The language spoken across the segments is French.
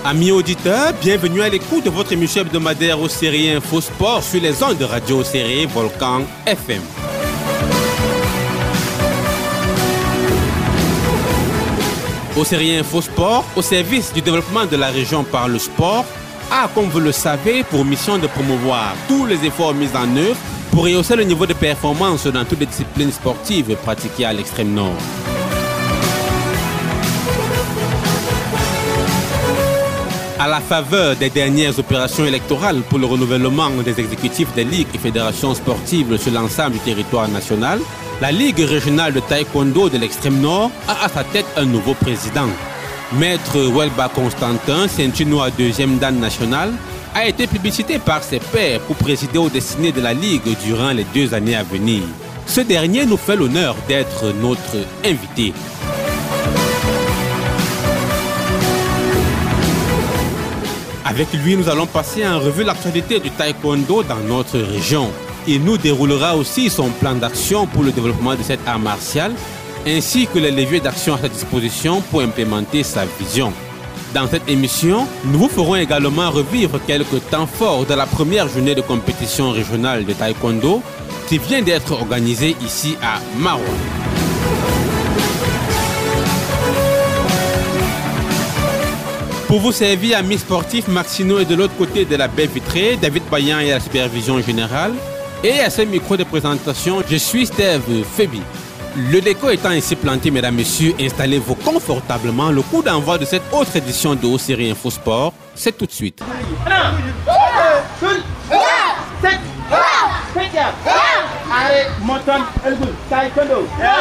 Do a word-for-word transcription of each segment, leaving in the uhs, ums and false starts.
Amis auditeurs, bienvenue à l'écoute de votre émission hebdomadaire Océrie Info Sport sur les ondes de Radio Océrie Volcan F M. Océrie Info Sport, au service du développement de la région par le sport, a, comme vous le savez, pour mission de promouvoir tous les efforts mis en œuvre pour rehausser le niveau de performance dans toutes les disciplines sportives pratiquées à l'extrême nord. À la faveur des dernières opérations électorales pour le renouvellement des exécutifs des ligues et fédérations sportives sur l'ensemble du territoire national, la Ligue régionale de taekwondo de l'extrême nord a à sa tête un nouveau président. Maître Welba Constantin, ceinture noire deuxième dan national, a été publicité par ses pairs pour présider aux destinées de la Ligue durant les deux années à venir. Ce dernier nous fait l'honneur d'être notre invité. Avec lui, nous allons passer en revue l'actualité du taekwondo dans notre région. Il nous déroulera aussi son plan d'action pour le développement de cet art martial, ainsi que les leviers d'action à sa disposition pour implémenter sa vision. Dans cette émission, nous vous ferons également revivre quelques temps forts de la première journée de compétition régionale de taekwondo qui vient d'être organisée ici à Maroua. Pour vous servir, amis sportifs, Maxino est de l'autre côté de la baie vitrée, David Bayan est à la supervision générale. Et à ce micro de présentation, je suis Steve Febi. Le décor étant ainsi planté, mesdames, messieurs, installez-vous confortablement. Le coup d'envoi de cette autre édition de Océrie Info Sport, c'est tout de suite. Allez, montagne, Elgoul, taekwondo.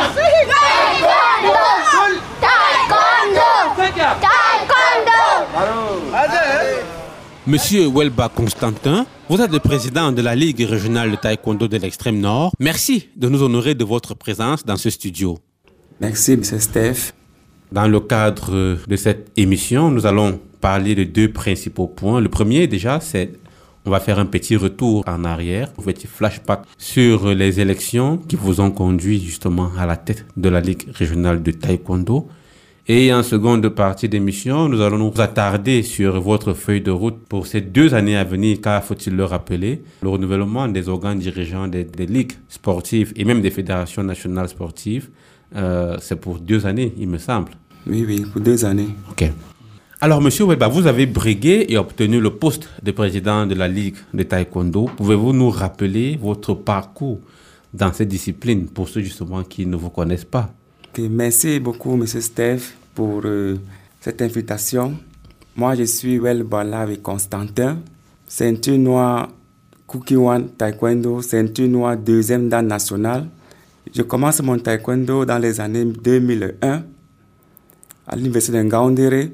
Monsieur Welba Constantin, vous êtes le président de la Ligue régionale de taekwondo de l'extrême nord. Merci de nous honorer de votre présence dans ce studio. Merci, M. Steph. Dans le cadre de cette émission, nous allons parler de deux principaux points. Le premier, déjà, c'est on va faire un petit retour en arrière, un petit flashback sur les élections qui vous ont conduit justement à la tête de la Ligue régionale de taekwondo. Et en seconde partie d'émission, nous allons nous attarder sur votre feuille de route pour ces deux années à venir, car faut-il le rappeler, le renouvellement des organes dirigeants des, des ligues sportives et même des fédérations nationales sportives, euh, c'est pour deux années, il me semble. Oui, oui, pour deux années. Ok. Alors, Monsieur Welba, vous avez brigué et obtenu le poste de président de la Ligue de taekwondo. Pouvez-vous nous rappeler votre parcours dans cette discipline pour ceux justement qui ne vous connaissent pas? Okay, merci beaucoup, M. Steph, pour euh, cette invitation. Moi, je suis Welba avec Constantin, ceinture noire Kukiwan Taekwondo, ceinture noire deuxième dan national. Je commence mon taekwondo dans les années deux mille un à l'université de Ngaoundéré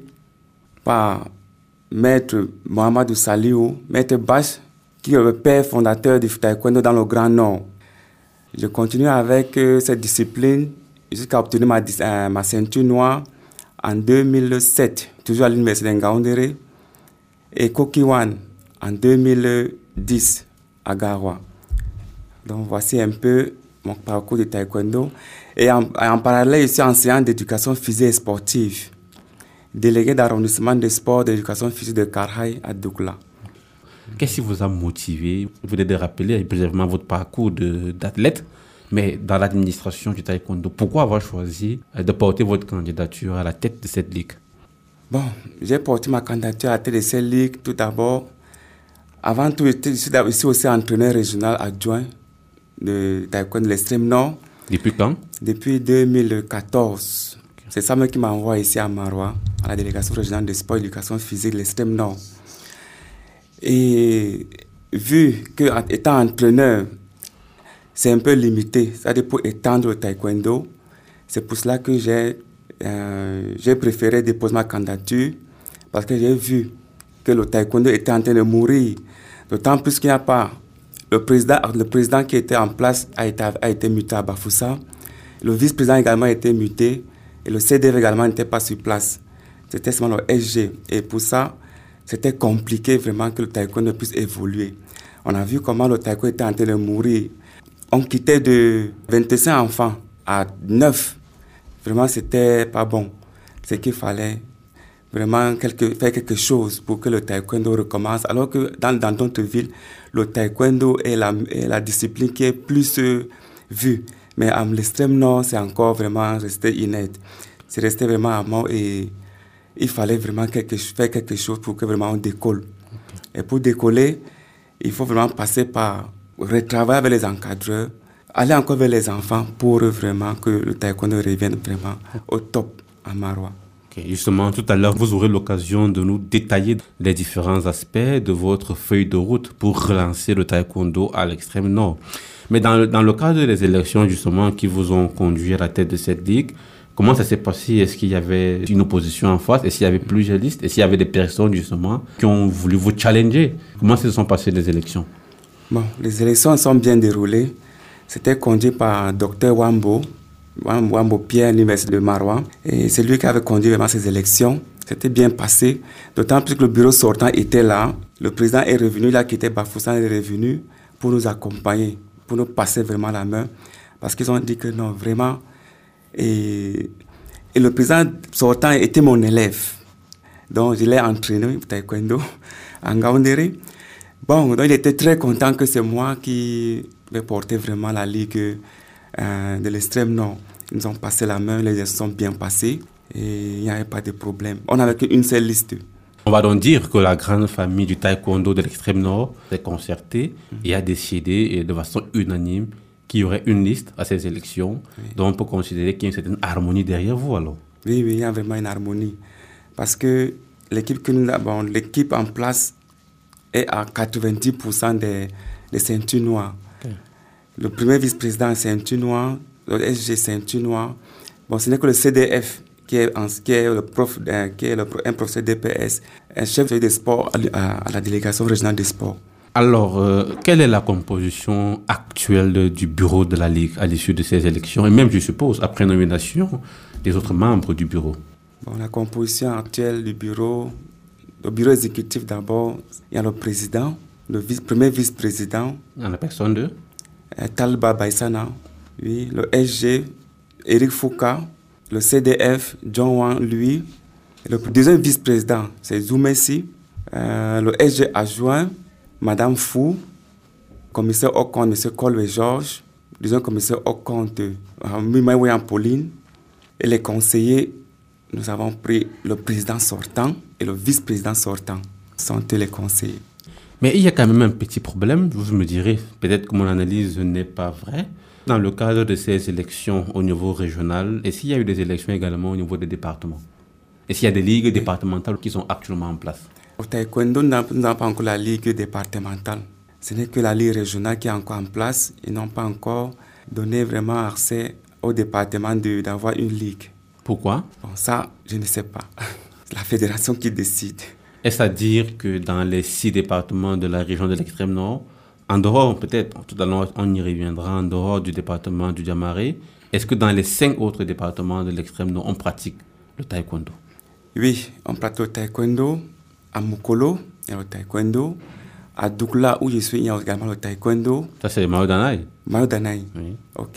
par Maître Mohamedou Saliou, Maître Bache, qui est le père fondateur du taekwondo dans le Grand Nord. Je continue avec euh, cette discipline jusqu'à obtenir ma, euh, ma ceinture noire en deux mille sept, toujours à l'université de Ngaoundéré, et Kokiwan en deux mille dix à Garoua. Donc voici un peu mon parcours de taekwondo. Et en, en parallèle, je suis enseignant d'éducation physique et sportive, délégué d'arrondissement des sports d'éducation physique de Karhaï à Dougla. Qu'est-ce qui vous a motivé? Vous venez de rappeler brièvement votre parcours de, d'athlète, mais dans l'administration du taekwondo. Pourquoi avoir choisi de porter votre candidature à la tête de cette ligue? Bon, j'ai porté ma candidature à la tête de cette ligue tout d'abord. Avant tout, je suis aussi entraîneur régional adjoint de taekwondo de l'extrême nord. Depuis quand? Depuis deux mille quatorze. Okay. C'est ça même qui m'a envoyé ici à Maroua, à la délégation régionale de sport et d'éducation physique de l'extrême nord. Et vu que, étant entraîneur, c'est un peu limité, c'est-à-dire pour étendre le taekwondo, c'est pour cela que j'ai, euh, j'ai préféré déposer ma candidature, parce que j'ai vu que le taekwondo était en train de mourir, d'autant plus qu'il n'y a pas. Le président, le président qui était en place a été, a été muté à Bafoussa, le vice-président également a été muté, et le C D V également n'était pas sur place. C'était seulement le S G, et pour ça, c'était compliqué vraiment que le taekwondo puisse évoluer. On a vu comment le taekwondo était en train de mourir. On quittait de vingt-cinq enfants à neuf. Vraiment, c'était pas bon. Ce qu'il fallait vraiment quelque, faire quelque chose pour que le taekwondo recommence. Alors que dans, dans d'autres villes, le taekwondo est la, est la discipline qui est plus euh, vue. Mais à l'extrême nord, c'est encore vraiment resté inerte. C'est resté vraiment à mort et il fallait vraiment quelque, faire quelque chose pour que vraiment on décolle. Okay. Et pour décoller, il faut vraiment passer par retravailler avec les encadreurs, aller encore vers les enfants pour vraiment que le taekwondo revienne vraiment au top à Maroua. Okay. Justement, tout à l'heure, vous aurez l'occasion de nous détailler les différents aspects de votre feuille de route pour relancer le taekwondo à l'extrême nord. Mais dans le, dans le cadre des élections, justement, qui vous ont conduit à la tête de cette ligue, comment ça s'est passé? Est-ce qu'il y avait une opposition en face? Est-ce qu'il y avait plusieurs listes? Est-ce qu'il y avait des personnes, justement, qui ont voulu vous challenger? Comment se sont passées les élections? Bon, les élections sont bien déroulées. C'était conduit par Docteur Wambo, Wambo Pierre, à l'Université de Maroua. Et c'est lui qui avait conduit vraiment ces élections. C'était bien passé, d'autant plus que le bureau sortant était là. Le président est revenu, là, qui était Bafoussam, est revenu pour nous accompagner, pour nous passer vraiment la main. Parce qu'ils ont dit que non, vraiment. Et, et le président sortant était mon élève. Donc, je l'ai entraîné au taekwondo en Gaoundéré. Bon, donc il était très content que c'est moi qui vais porter vraiment la ligue euh, de l'extrême nord. Ils nous ont passé la main, les élections sont bien passées et il n'y avait pas de problème. On n'avait qu'une seule liste. On va donc dire que la grande famille du taekwondo de l'extrême nord s'est concertée mmh. et a décidé et de façon unanime qu'il y aurait une liste à ces élections. Oui. Donc on peut considérer qu'il y a une certaine harmonie derrière vous alors. Oui, oui, il y a vraiment une harmonie. Parce que l'équipe que nous avons, l'équipe en place est à quatre-vingt-dix pour cent des, des ceintures noires. Okay. Le premier vice-président est ceinture noire, le S G ceinture noire. Bon, ce n'est que le C D F qui est, en, qui est, le prof, euh, qui est le, un professeur D P S, un chef des sports à, à la délégation régionale des sports. Alors, euh, quelle est la composition actuelle de, du bureau de la Ligue à l'issue de ces élections et même, je suppose, après nomination des autres membres du bureau? Bon, la composition actuelle du bureau, le bureau exécutif d'abord, il y a le président, le vice, premier vice-président. Il y a la personne de euh, Talba Baïsana, oui, le S G, Eric Fouka, le C D F, John Wang, lui. Le deuxième vice-président, c'est Zoumessi, euh, le S G adjoint, Madame Fou, commissaire au compte, M. Colwe Georges, deuxième commissaire au compte, euh, Mimaouyan Pauline, et les conseillers. Nous avons pris le président sortant et le vice-président sortant. Sont les conseillers. Mais il y a quand même un petit problème, vous me direz, peut-être que mon analyse n'est pas vraie. Dans le cadre de ces élections au niveau régional, est-ce qu'il y a eu des élections également au niveau des départements? Est-ce qu'il y a des ligues départementales qui sont actuellement en place? Au taekwondo, nous n'avons pas encore la ligue départementale. Ce n'est que la ligue régionale qui est encore en place. Ils n'ont pas encore donné vraiment accès au département de, d'avoir une ligue. Pourquoi? Bon, ça, je ne sais pas. C'est la fédération qui décide. Est-ce à dire que dans les six départements de la région de l'extrême nord, en dehors, peut-être, tout à l'heure, on y reviendra, en dehors du département du Diamaré, est-ce que dans les cinq autres départements de l'extrême nord, on pratique le taekwondo? Oui, on pratique le taekwondo. À Mukolo, il y a le taekwondo. À Dougla, où je suis, il y a également le taekwondo. Ça, c'est Mao Danaï? Mao Danaï. Oui. OK.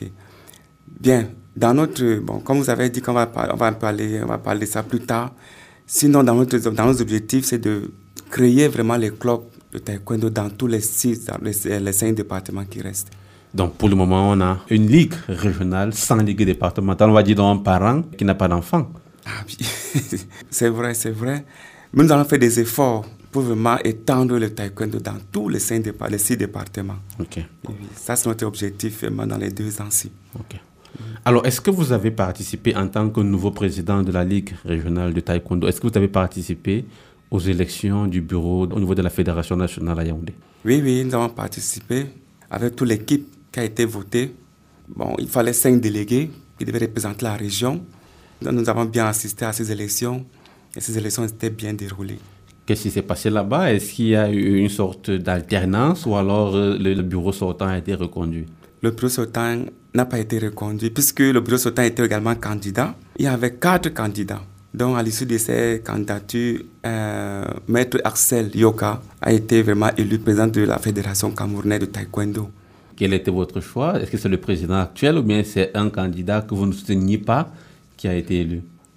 Bien. Dans notre, bon, comme vous avez dit qu'on va, on va parler, on va parler de ça plus tard. Sinon, dans notre, dans nos objectifs, c'est de créer vraiment les clubs de taekwondo dans tous les six, les, les cinq départements qui restent. Donc, pour le moment, on a une ligue régionale sans ligue départementale. On va dire donc un parent qui n'a pas d'enfant. Ah oui, c'est vrai, c'est vrai. Mais nous allons faire des efforts pour vraiment étendre le taekwondo dans tous les cinq départements, les six départements. Ok. Oui, ça, c'est notre objectif vraiment dans les deux ans-ci. Ok. Alors, est-ce que vous avez participé en tant que nouveau président de la Ligue régionale de taekwondo, est-ce que vous avez participé aux élections du bureau au niveau de la Fédération nationale à Yaoundé? Oui, oui, nous avons participé avec toute l'équipe qui a été votée. Bon, il fallait cinq délégués qui devaient représenter la région. Donc, nous avons bien assisté à ces élections et ces élections étaient bien déroulées. Qu'est-ce qui s'est passé là-bas? Est-ce qu'il y a eu une sorte d'alternance ou alors euh, le, le bureau sortant a été reconduit? Le bureau sortant n'a pas été reconduit puisque le bureau sortant était également candidat. Il y avait quatre candidats. Donc, à l'issue de ces candidatures, euh, Maître Axel Yoka a été vraiment élu président de la Fédération camerounaise de taekwondo. Quel était votre choix? Est-ce que c'est le président actuel ou bien c'est un candidat que vous ne souteniez pas qui a été élu?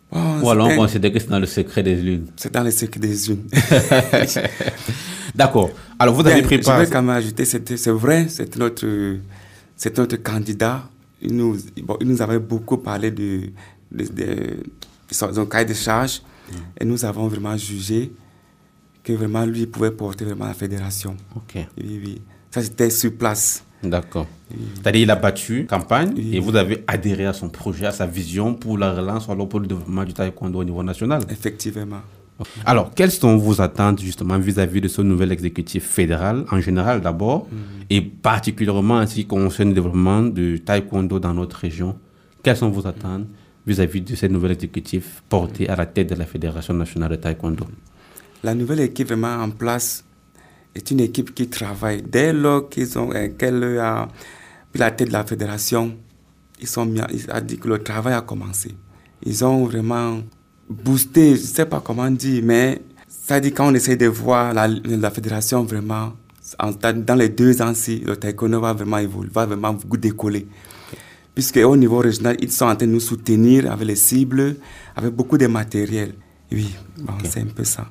Bon, Ou alors on c'était- considère que c'est dans le secret des lunes. C'est dans les secrets des unes. D'accord. Alors vous avez Bien, préparé... Je vais quand même ajouter, c'était- c'est vrai, c'est notre, c'est notre candidat. Il nous, bon, il nous avait beaucoup parlé de, de, de, de son, son cahier de charge. Mm. Et nous avons vraiment jugé que vraiment lui pouvait porter vraiment la fédération. Ok. Oui, oui. Ça, c'était sur place. D'accord. Oui. C'est-à-dire qu'il a battu campagne oui. et vous avez adhéré à son projet, à sa vision pour la relance, alors pour le développement du taekwondo au niveau national. Effectivement. Alors, quelles sont vos attentes justement vis-à-vis de ce nouvel exécutif fédéral en général d'abord mm. et particulièrement en ce qui concerne le développement du taekwondo dans notre région? Quelles sont vos attentes vis-à-vis de ce nouvel exécutif porté à la tête de la Fédération nationale de taekwondo? La nouvelle équipe vraiment en place est une équipe qui travaille. Dès lors qu'ils ont, euh, qu'elle a pris la tête de la fédération, ils sont mis, ils ont dit que le travail a commencé. Ils ont vraiment boosté, je ne sais pas comment dire, mais ça dit quand on essaie de voir la, la fédération vraiment, en, dans les deux ans-ci, le taekwondo va vraiment évoluer, va vraiment décoller. Puisque au niveau régional, ils sont en train de nous soutenir avec les cibles, avec beaucoup de matériel. Oui, bon, okay. C'est un peu ça.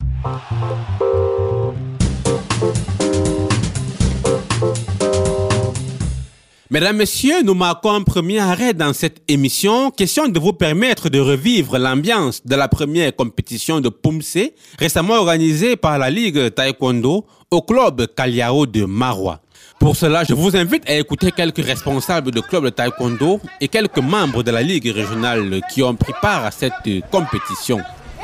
Mesdames, Messieurs, nous marquons un premier arrêt dans cette émission. Question de vous permettre de revivre l'ambiance de la première compétition de Pumse, récemment organisée par la Ligue Taekwondo au club Kaliao de Maroua. Pour cela, je vous invite à écouter quelques responsables de club de Taekwondo et quelques membres de la Ligue régionale qui ont pris part à cette compétition.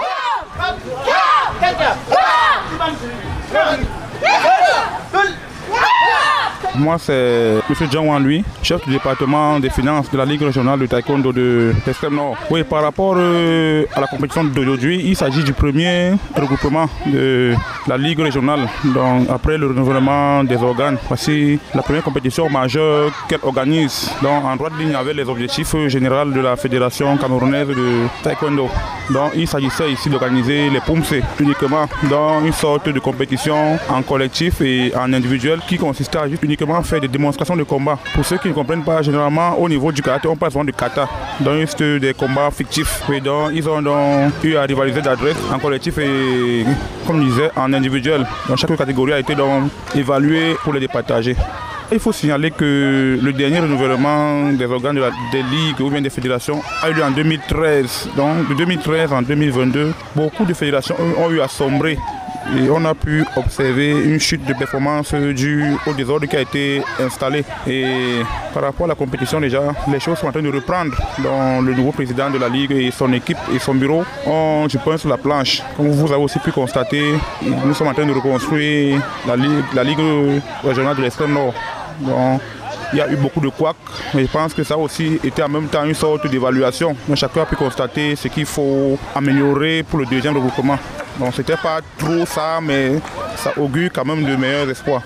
Moi, c'est M. John Wan-Lui, chef du département des finances de la Ligue régionale de taekwondo de l'Extrême Nord. Oui, par rapport euh, à la compétition d'aujourd'hui, il s'agit du premier regroupement de la Ligue régionale, donc après le renouvellement des organes. Voici la première compétition majeure qu'elle organise, donc en droite ligne avec les objectifs généraux de la Fédération camerounaise de taekwondo. Donc il s'agissait ici d'organiser les Pumse uniquement dans une sorte de compétition en collectif et en individuel qui consistait à juste uniquement faire des démonstrations de combat. Pour ceux qui ne comprennent pas, généralement au niveau du karaté, on parle souvent de kata, donc juste des combats fictifs. Et donc ils ont donc eu à rivaliser d'adresse en collectif et, comme je disais, en individuel. Donc chaque catégorie a été donc évaluée pour les départager. Il faut signaler que le dernier renouvellement des organes de la, des ligues ou bien des fédérations a eu lieu en deux mille treize. Donc de deux mille treize en deux mille vingt-deux, beaucoup de fédérations ont eu à sombrer. Et on a pu observer une chute de performance due au désordre qui a été installé. Et par rapport à la compétition déjà, les choses sont en train de reprendre. Donc le nouveau président de la Ligue et son équipe et son bureau ont du pain sur la planche. Comme vous avez aussi pu constater, nous sommes en train de reconstruire la Ligue, la Ligue régionale de l'Extrême Nord. Donc, il y a eu beaucoup de couacs, mais je pense que ça aussi était en même temps une sorte d'évaluation. Donc chacun a pu constater ce qu'il faut améliorer pour le deuxième regroupement. Donc c'était pas trop ça, mais ça augure quand même de meilleurs espoirs.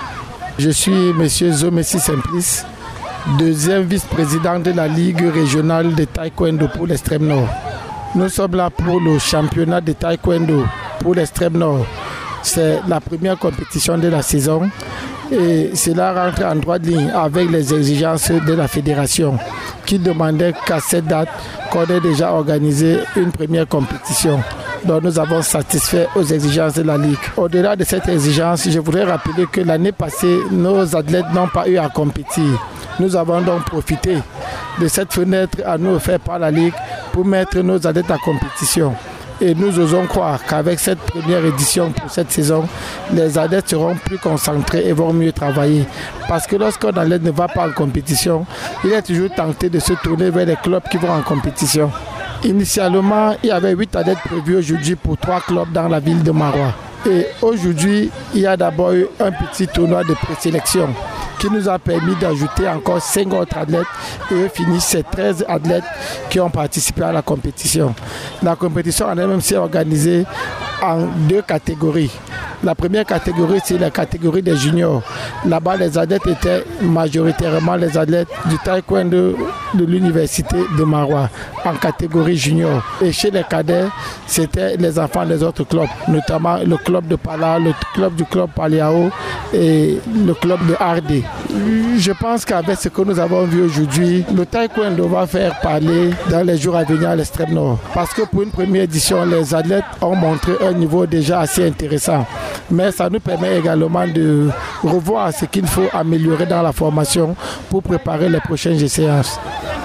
Je suis M. Zomessi Simplice, deuxième vice-président de la Ligue régionale de taekwondo pour l'Extrême Nord. Nous sommes là pour le championnat de taekwondo pour l'Extrême Nord. C'est la première compétition de la saison. Et cela rentre en droite ligne avec les exigences de la fédération qui demandait qu'à cette date qu'on ait déjà organisé une première compétition. Donc nous avons satisfait aux exigences de la Ligue. Au-delà de cette exigence, je voudrais rappeler que l'année passée, nos athlètes n'ont pas eu à compétir. Nous avons donc profité de cette fenêtre à nous offerte par la Ligue pour mettre nos athlètes en compétition. Et nous osons croire qu'avec cette première édition pour cette saison, les adeptes seront plus concentrés et vont mieux travailler. Parce que lorsqu'un athlète ne va pas en compétition, il est toujours tenté de se tourner vers les clubs qui vont en compétition. Initialement, il y avait huit athlètes prévus aujourd'hui pour trois clubs dans la ville de Maroua. Et aujourd'hui, il y a d'abord eu un petit tournoi de présélection qui nous a permis d'ajouter encore cinq autres athlètes et finir ces treize athlètes qui ont participé à la compétition. La compétition en elle-même s'est organisée en deux catégories. La première catégorie, c'est la catégorie des juniors. Là-bas, les athlètes étaient majoritairement les athlètes du taekwondo de l'université de Maroua, en catégorie junior. Et chez les cadets, c'était les enfants des autres clubs, notamment le club de Pala, le club du club Paliao et le club de Ardé. Je pense qu'avec ce que nous avons vu aujourd'hui, le taekwondo va faire parler dans les jours à venir à l'extrême nord. Parce que pour une première édition, les athlètes ont montré un niveau déjà assez intéressant. Mais ça nous permet également de revoir ce qu'il faut améliorer dans la formation pour préparer les prochaines séances.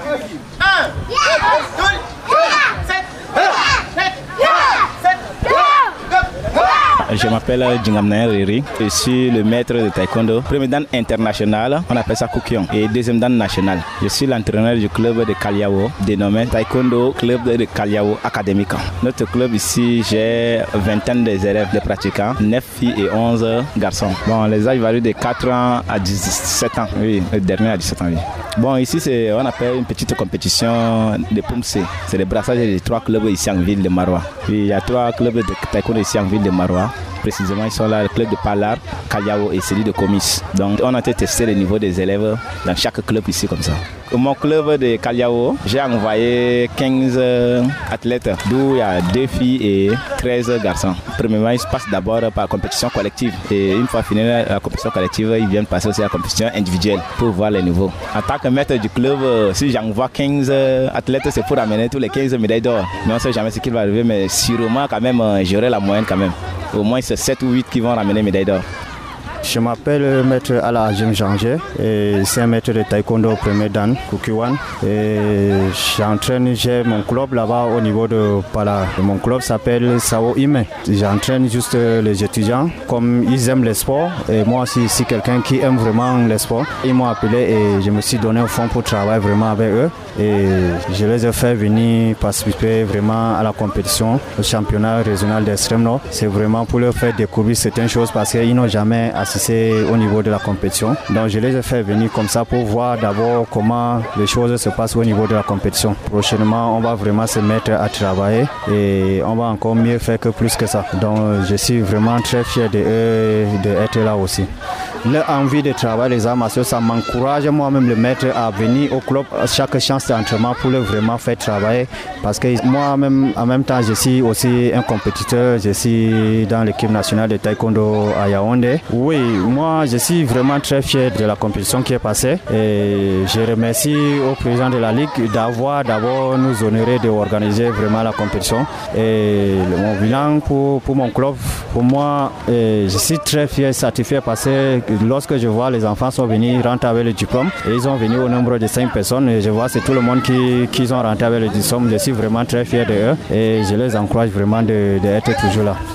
Je m'appelle Djingamnaer Riri, je suis le maître de taekwondo. Premier dan international, on appelle ça Kukion, et deuxième dan national. Je suis l'entraîneur du club de Kaliao, dénommé Taekwondo Club de Kaliao Académique. Notre club ici, j'ai vingtaine des élèves, des pratiquants, neuf filles et onze garçons. Bon, les âges varient de quatre ans à dix-sept ans, oui, le dernier à dix-sept ans, oui. Bon, ici, c'est, on appelle une petite compétition de Pumse. C'est le brassage des trois clubs ici en ville de Maroua. Oui, il y a trois clubs de taekwondo ici en ville de Maroua. Précisément, ils sont là, le club de Palar, Kaliao et celui de Comis. Donc, on a testé le niveau des élèves dans chaque club ici comme ça. Mon club de Kaliao, j'ai envoyé quinze athlètes, d'où il y a deux filles et treize garçons. Premièrement, ils passent d'abord par la compétition collective. Et une fois fini la compétition collective, ils viennent passer aussi à la compétition individuelle pour voir les niveaux. En tant que maître du club, si j'envoie quinze athlètes, c'est pour amener tous les quinze médailles d'or. Mais on ne sait jamais ce qui va arriver, mais sûrement quand même, j'aurai la moyenne quand même. Au moins c'est sept ou huit qui vont ramener médaille d'or. Je m'appelle maître Ala Jim Janger et c'est un maître de taekwondo au premier dan, Kukiwan. Et j'entraîne, j'ai mon club là-bas au niveau de Pala. Mon club s'appelle Sao Ime. J'entraîne juste les étudiants comme ils aiment les sports. Et moi aussi, si quelqu'un qui aime vraiment les sports, ils m'ont appelé et je me suis donné au fond pour travailler vraiment avec eux. Et je les ai fait venir participer vraiment à la compétition, au championnat régional d'Extrême Nord. C'est vraiment pour leur faire découvrir certaines choses parce qu'ils n'ont jamais assisté au niveau de la compétition. Donc je les ai fait venir comme ça pour voir d'abord comment les choses se passent au niveau de la compétition. Prochainement, on va vraiment se mettre à travailler et on va encore mieux faire que plus que ça. Donc je suis vraiment très fier de eux d'être là aussi. Leur envie de travailler les arts martiaux, ça m'encourage moi-même le mettre à venir au club à chaque chance d'entraînement pour le vraiment faire travailler. Parce que moi-même, en même temps, je suis aussi un compétiteur. Je suis dans l'équipe nationale de taekwondo à Yaoundé. Oui, moi, je suis vraiment très fier de la compétition qui est passée. Et je remercie au président de la Ligue d'avoir d'abord nous honoré d'organiser vraiment la compétition. Et mon bilan pour, pour mon club, pour moi, je suis très fier, satisfait parce que lorsque je vois les enfants sont venus rentrer avec le diplôme, et ils ont venu au nombre de cinq personnes, et je vois c'est tout le monde qui, qui ont rentré avec le diplôme. Je suis vraiment très fier de eux et je les encourage vraiment d'être de, de toujours là.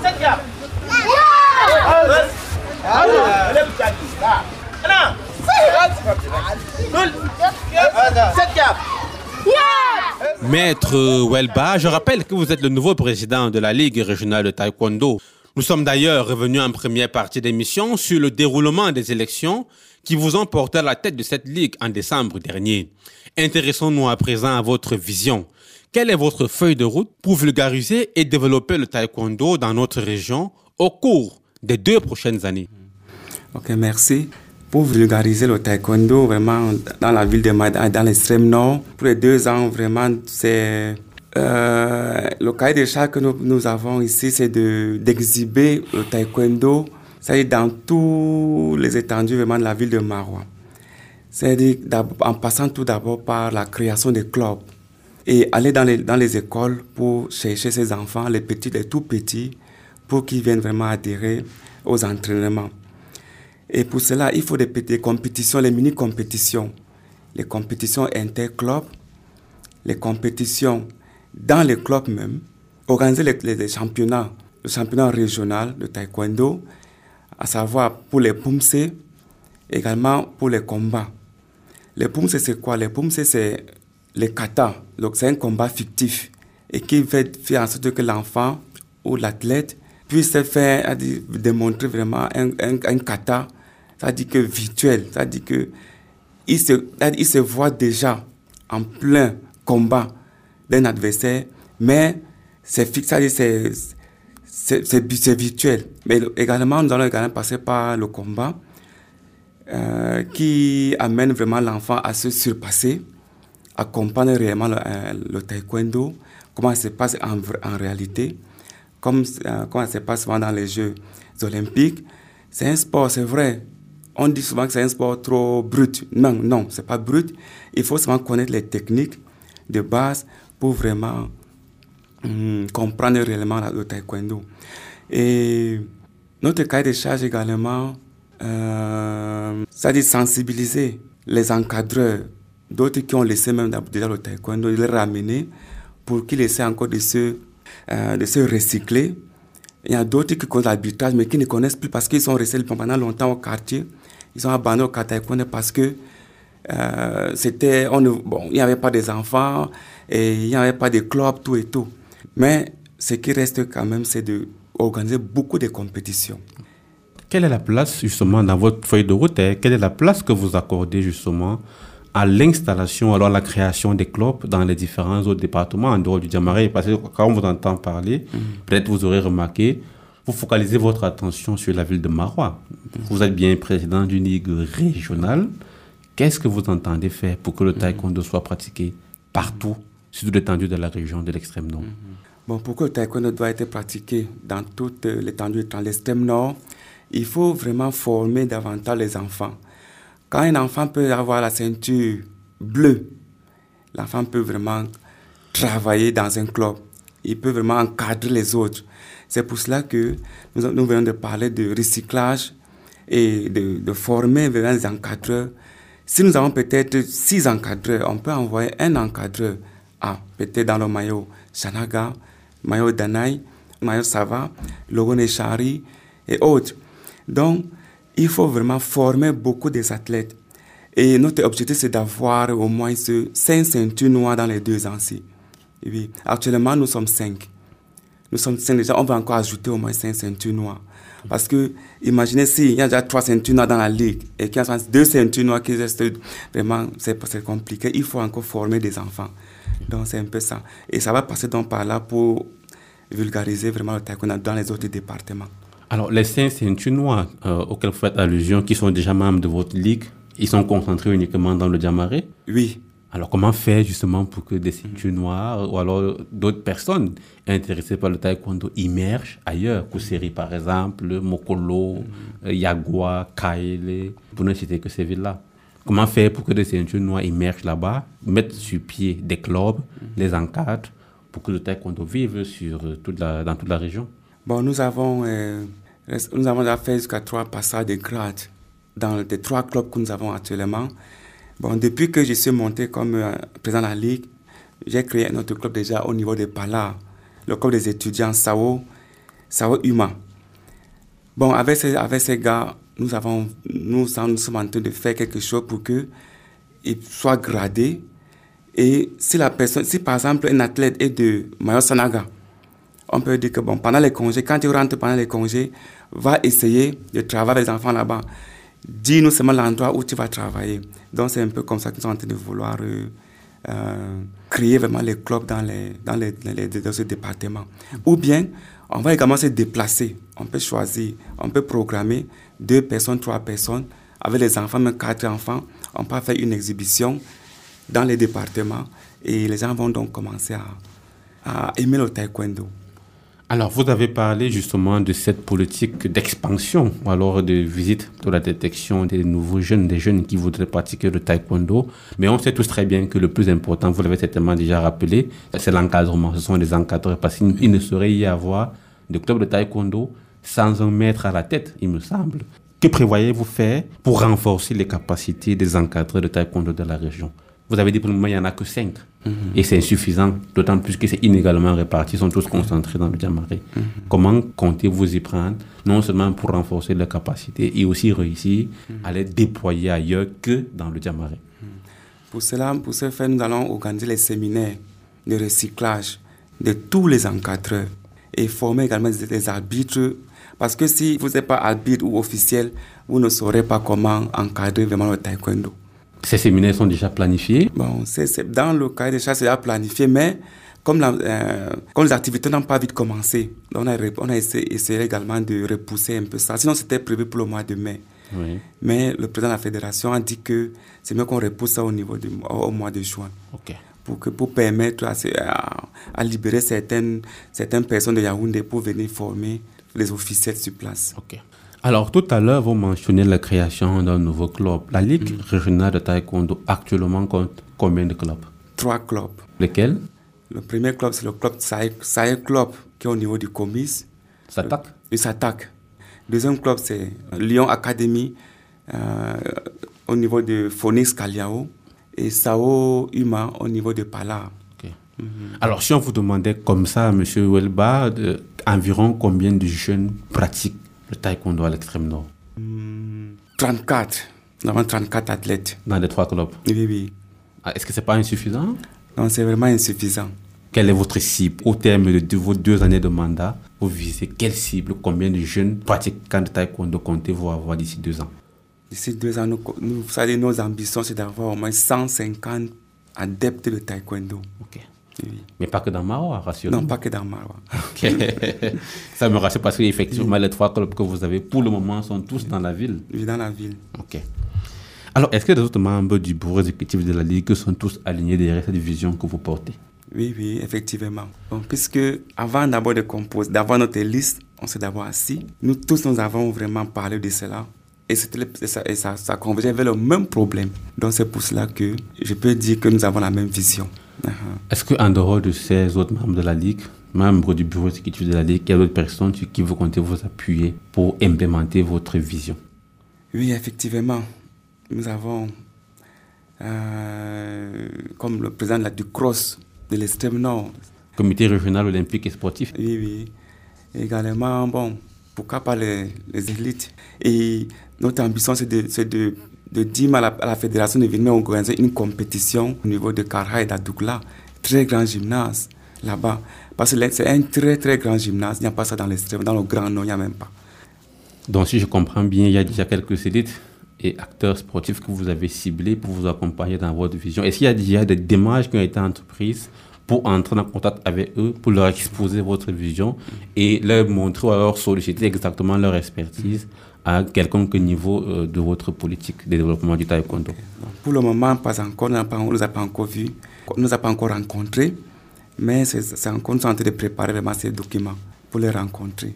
Maître Welba, je rappelle que vous êtes le nouveau président de la Ligue régionale de taekwondo. Nous sommes d'ailleurs revenus en première partie d'émission sur le déroulement des élections qui vous ont porté à la tête de cette ligue en décembre dernier. Intéressons-nous à présent à votre vision. Quelle est votre feuille de route pour vulgariser et développer le taekwondo dans notre région au cours des deux prochaines années? Ok, merci. Pour vulgariser le taekwondo vraiment dans la ville de Maïda, dans l'extrême nord, pour les deux ans, vraiment, c'est euh, le cahier des charges que nous, nous avons ici, c'est de, d'exhiber le taekwondo, c'est-à-dire dans tous les étendues vraiment de la ville de Maroua. C'est-à-dire en passant tout d'abord par la création des clubs et aller dans les, dans les écoles pour chercher ces enfants, les petits, les tout petits, pour qu'ils viennent vraiment adhérer aux entraînements. Et pour cela, il faut des, des compétitions, les mini-compétitions, les compétitions interclubs, les compétitions dans les clubs même, organiser les, les, les championnats, le championnat régional de taekwondo, à savoir pour les Pumse, également pour les combats. Les Pumse, c'est quoi? Les Pumse, c'est les katas. Donc, c'est un combat fictif et qui fait, fait en sorte que l'enfant ou l'athlète puisse faire, dire, démontrer vraiment un, un, un kata, c'est-à-dire que virtuel, c'est-à-dire que il se, il se voit déjà en plein combat d'un adversaire, mais c'est fixe, c'est-à-dire c'est, c'est, c'est, c'est virtuel. Mais également, nous allons également passer par le combat euh, qui amène vraiment l'enfant à se surpasser, à comprendre réellement le, euh, le taekwondo, comment ça se passe en, en réalité, comme, euh, comment ça se passe dans les Jeux olympiques. C'est un sport, c'est vrai. On dit souvent que c'est un sport trop brut. Non, non, c'est pas brut. Il faut seulement connaître les techniques de base pour vraiment hum, comprendre réellement le taekwondo. Et notre cahier de charge également, euh, ça dit sensibiliser les encadreurs, d'autres qui ont laissé même déjà le taekwondo, de les ramener pour qu'ils essaient encore de se, euh, de se recycler. Il y a d'autres qui connaissent l'arbitrage, mais qui ne connaissent plus parce qu'ils sont restés pendant longtemps au quartier. Ils ont abandonné au taekwondo parce que euh, c'était, on ne, bon, il n'y avait pas des enfants et il n'y avait pas de clubs, tout et tout. Mais ce qui reste quand même, c'est d'organiser beaucoup de compétitions. Quelle est la place justement dans votre feuille de route hein, quelle est la place que vous accordez justement à l'installation, alors à la création des clubs dans les différents autres départements en dehors du Diamarais? Parce que quand on vous entend parler, mmh. peut-être vous aurez remarqué, vous focalisez votre attention sur la ville de Marois. Mmh. Vous êtes bien président d'une ligue régionale. Qu'est-ce que vous entendez faire pour que le taekwondo soit pratiqué partout, sur toute l'étendue de la région de l'extrême nord? Mmh. Bon, pour que le taekwondo doit être pratiqué dans toute l'étendue de l'extrême nord, il faut vraiment former davantage les enfants. Quand un enfant peut avoir la ceinture bleue, l'enfant peut vraiment travailler dans un club. Il peut vraiment encadrer les autres. C'est pour cela que nous, nous venons de parler de recyclage et de, de former vraiment les encadreurs. Si nous avons peut-être six encadreurs, on peut envoyer un encadreur à peut-être dans le maillot Shanaga, maillot Danaï, maillot Sava, Logo Nechari et autres. Donc, il faut vraiment former beaucoup des athlètes. Et notre objectif, c'est d'avoir au moins ce cinq ceintures noires dans les deux ans. Et oui, actuellement, nous sommes cinq. Nous sommes cinq déjà. On va encore ajouter au moins cinq ceintures noires. Parce que, imaginez s'il y a déjà trois ceintures noires dans la ligue et qu'il y a deux ceintures noires qui restent vraiment, c'est, c'est compliqué. Il faut encore former des enfants. Donc, c'est un peu ça. Et ça va passer donc par là pour vulgariser vraiment le taekwondo dans les autres départements. Alors, les cinq ceintures noires euh, auxquelles vous faites allusion, qui sont déjà membres de votre ligue, ils sont concentrés uniquement dans le Diamarais? Oui. Alors, comment faire justement pour que des ceintures noires ou alors d'autres personnes intéressées par le taekwondo immergent ailleurs? Kuseri, par exemple, Mokolo, mm-hmm. Yagua, Kaele, pour ne citer que ces villes-là. Comment faire pour que des ceintures noires immergent là-bas, mettre sur pied des clubs, mm-hmm. les encadrent, pour que le taekwondo vive sur toute la, dans toute la région? Bon, nous avons, euh, nous avons déjà fait jusqu'à trois passages de grade dans les trois clubs que nous avons actuellement. Bon, depuis que je suis monté comme euh, président de la Ligue, j'ai créé notre club déjà au niveau de Pala, le club des étudiants Sao, Sao Uma. Bon, avec ces, avec ces gars, nous, avons, nous, nous sommes en train de faire quelque chose pour qu'ils soient gradés. Et si, la personne, si par exemple un athlète est de Mayo Sanaga, on peut dire que bon, pendant les congés, quand tu rentres pendant les congés, va essayer de travailler avec les enfants là-bas. Dis-nous seulement l'endroit où tu vas travailler. Donc, c'est un peu comme ça qu'ils sont en train de vouloir euh, euh, créer vraiment les clubs dans les, dans les, les, les, dans ce département. Ou bien, on va également se déplacer. On peut choisir, on peut programmer deux personnes, trois personnes, avec les enfants, même quatre enfants. On peut faire une exhibition dans les départements et les gens vont donc commencer à, à aimer le taekwondo. Alors, vous avez parlé justement de cette politique d'expansion, ou alors de visite de la détection des nouveaux jeunes, des jeunes qui voudraient pratiquer le taekwondo. Mais on sait tous très bien que le plus important, vous l'avez certainement déjà rappelé, c'est l'encadrement. Ce sont les encadreurs, parce qu'il ne saurait y avoir de club de taekwondo sans un maître à la tête, il me semble. Que prévoyez-vous faire pour renforcer les capacités des encadreurs de taekwondo de la région? Vous avez dit pour le moment, il n'y en a que cinq. Mm-hmm. Et c'est insuffisant, d'autant plus que c'est inégalement réparti, ils sont tous concentrés dans le Diamarais. Mm-hmm. Comment comptez-vous y prendre, non seulement pour renforcer leurs capacités, et aussi réussir mm-hmm. à les déployer ailleurs que dans le Diamarais? Mm-hmm. Pour cela, pour ce faire, nous allons organiser les séminaires de recyclage de tous les encadreurs et former également des, des arbitres. Parce que si vous n'êtes pas arbitre ou officiel, vous ne saurez pas comment encadrer vraiment le taekwondo. Ces séminaires sont déjà planifiés? Bon, c'est, c'est dans le cahier des charges, c'est déjà planifié, mais comme, la, euh, comme les activités n'ont pas vite commencé, on a, on a essayé, essayé également de repousser un peu ça. Sinon, c'était prévu pour le mois de mai. Oui. Mais le président de la fédération a dit que c'est mieux qu'on repousse ça au, niveau de, au, au mois de juin. Okay. Pour, que, pour permettre à, à, à libérer certaines, certaines personnes de Yaoundé pour venir former les officiels sur place. Okay. Alors, tout à l'heure, vous mentionnez la création d'un nouveau club. La Ligue mmh. régionale de taekwondo actuellement compte combien de clubs? Trois clubs. Lesquels? Le premier club, c'est le club Sahel, Sahel Club, qui est au niveau du Comis. S'attaque? Il s'attaque. Le deuxième club, c'est Lyon Academy, euh, au niveau de Phoenix Kaliao, et Sao Huma, au niveau de Pala. Okay. Mm-hmm. Alors, si on vous demandait comme ça, M. Welba, de, environ combien de jeunes pratiquent le taekwondo à l'extrême nord? mm, trente-quatre. Nous avons trente-quatre athlètes. Dans les trois clubs? Oui, oui. Ah, est-ce que ce n'est pas insuffisant? Non, c'est vraiment insuffisant. Quelle est votre cible? Au terme de, de vos deux années de mandat, vous visez quelle cible? Combien de jeunes pratiquants de taekwondo comptez-vous avoir d'ici deux ans? D'ici deux ans, nous, nous, vous savez, nos ambitions, c'est d'avoir au moins cent cinquante adeptes de taekwondo. Ok. Oui. Mais pas que dans Marois, rassurez-vous. Non, pas que dans Marois. Ok. Ça me rassure parce qu'effectivement, oui. les trois clubs que vous avez pour le moment sont tous dans la ville. Oui, dans la ville. Ok. Alors, est-ce que les autres membres du bureau exécutif de la Ligue sont tous alignés derrière cette vision que vous portez? Oui, oui, effectivement. Bon, puisque avant d'abord de composer, d'avoir notre liste, on s'est d'abord assis. Nous tous, nous avons vraiment parlé de cela. Et, et, ça, et ça, ça convergeait vers le même problème. Donc, c'est pour cela que je peux dire que nous avons la même vision. Uh-huh. Est-ce qu'en dehors de ces autres membres de la Ligue, membres du bureau exécutif de la Ligue, il y a d'autres personnes sur qui vous comptez vous appuyer pour implémenter votre vision? Oui, effectivement. Nous avons, euh, comme le président de la, du CROSS, de l'extrême nord. Comité régional olympique et sportif. Oui, oui. Et également, bon, pourquoi pas les, les élites. Et notre ambition, c'est de, c'est de, de dire à la, à la fédération de venir organiser une compétition au niveau de Karha et d'Adougla. Très grand gymnase là-bas. Parce que c'est un très, très grand gymnase. Il n'y a pas ça dans l'extrême. Dans le grand nord, il n'y a même pas. Donc, si je comprends bien, il y a déjà quelques élites et acteurs sportifs que vous avez ciblés pour vous accompagner dans votre vision. Est-ce qu'il y a déjà des démarches qui ont été entreprises pour entrer en contact avec eux, pour leur exposer votre vision et leur montrer ou alors solliciter exactement leur expertise à quelconque niveau euh, de votre politique de développement du taekwondo? Pour le moment, pas encore, on ne nous a pas encore vus, on ne nous a pas encore rencontrés, mais c'est, c'est encore en train de préparer vraiment ces documents pour les rencontrer.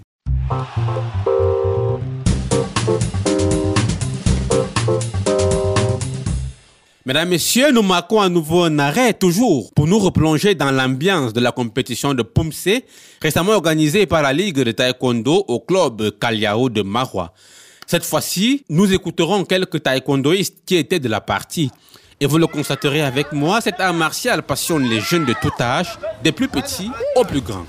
Mesdames, Messieurs, nous marquons à nouveau un arrêt, toujours pour nous replonger dans l'ambiance de la compétition de Pumse, récemment organisée par la Ligue de Taekwondo au club Kaliao de Marois. Cette fois-ci, nous écouterons quelques taekwondoïstes qui étaient de la partie. Et vous le constaterez avec moi, cet art martial passionne les jeunes de tout âge, des plus petits aux plus grands.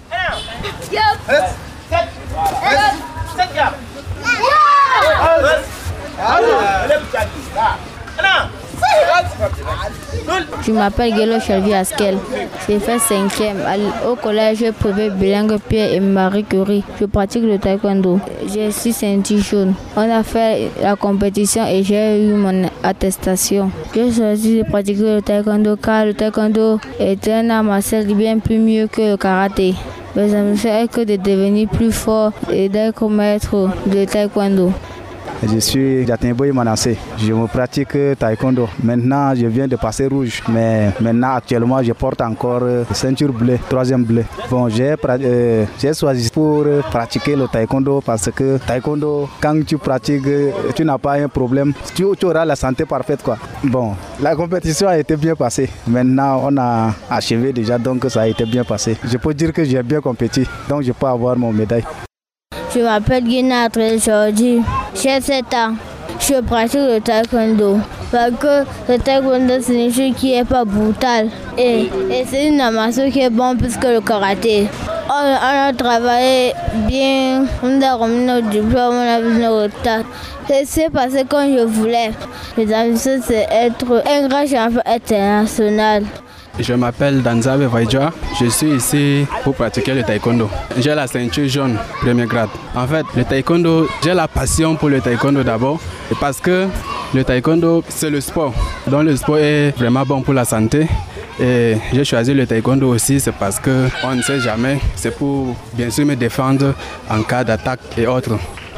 Je m'appelle Guélo Chalvi Askel. J'ai fait cinquième au collège privé bilingue Pierre et Marie Curie. Je pratique le taekwondo. J'ai six ceintures jaunes. On a fait la compétition et j'ai eu mon attestation. J'ai choisi de pratiquer le taekwondo car le taekwondo est un art martial bien plus mieux que le karaté. Mais ça me fait que de devenir plus fort et d'être maître de taekwondo. Je suis Jatinboy Manassé. Je me pratique taekwondo. Maintenant, je viens de passer rouge. Mais maintenant, actuellement, je porte encore ceinture bleue, troisième bleue. Bon, j'ai, euh, j'ai choisi pour pratiquer le taekwondo parce que taekwondo, quand tu pratiques, tu n'as pas un problème. Tu, tu auras la santé parfaite, quoi. Bon, la compétition a été bien passée. Maintenant, on a achevé déjà, donc ça a été bien passé. Je peux dire que j'ai bien compétit, donc je peux avoir mon médaille. Je m'appelle Guina Trésor-Jordi, j'ai sept ans. Je pratique le taekwondo parce que le taekwondo c'est une chose qui n'est pas brutale et, et c'est une armation qui est bonne plus que le karaté. On, on a travaillé bien, on a remis nos diplômes, on a vu nos retards. C'est passé comme je voulais. Mes ambitions c'est être un grand champion international. Je m'appelle Danzabe Vaidja, je suis ici pour pratiquer le taekwondo. J'ai la ceinture jaune, premier grade. En fait, le taekwondo, j'ai la passion pour le taekwondo d'abord, parce que le taekwondo, c'est le sport. Donc le sport est vraiment bon pour la santé. Et j'ai choisi le taekwondo aussi, c'est parce qu'on ne sait jamais. C'est pour bien sûr me défendre en cas d'attaque et autres.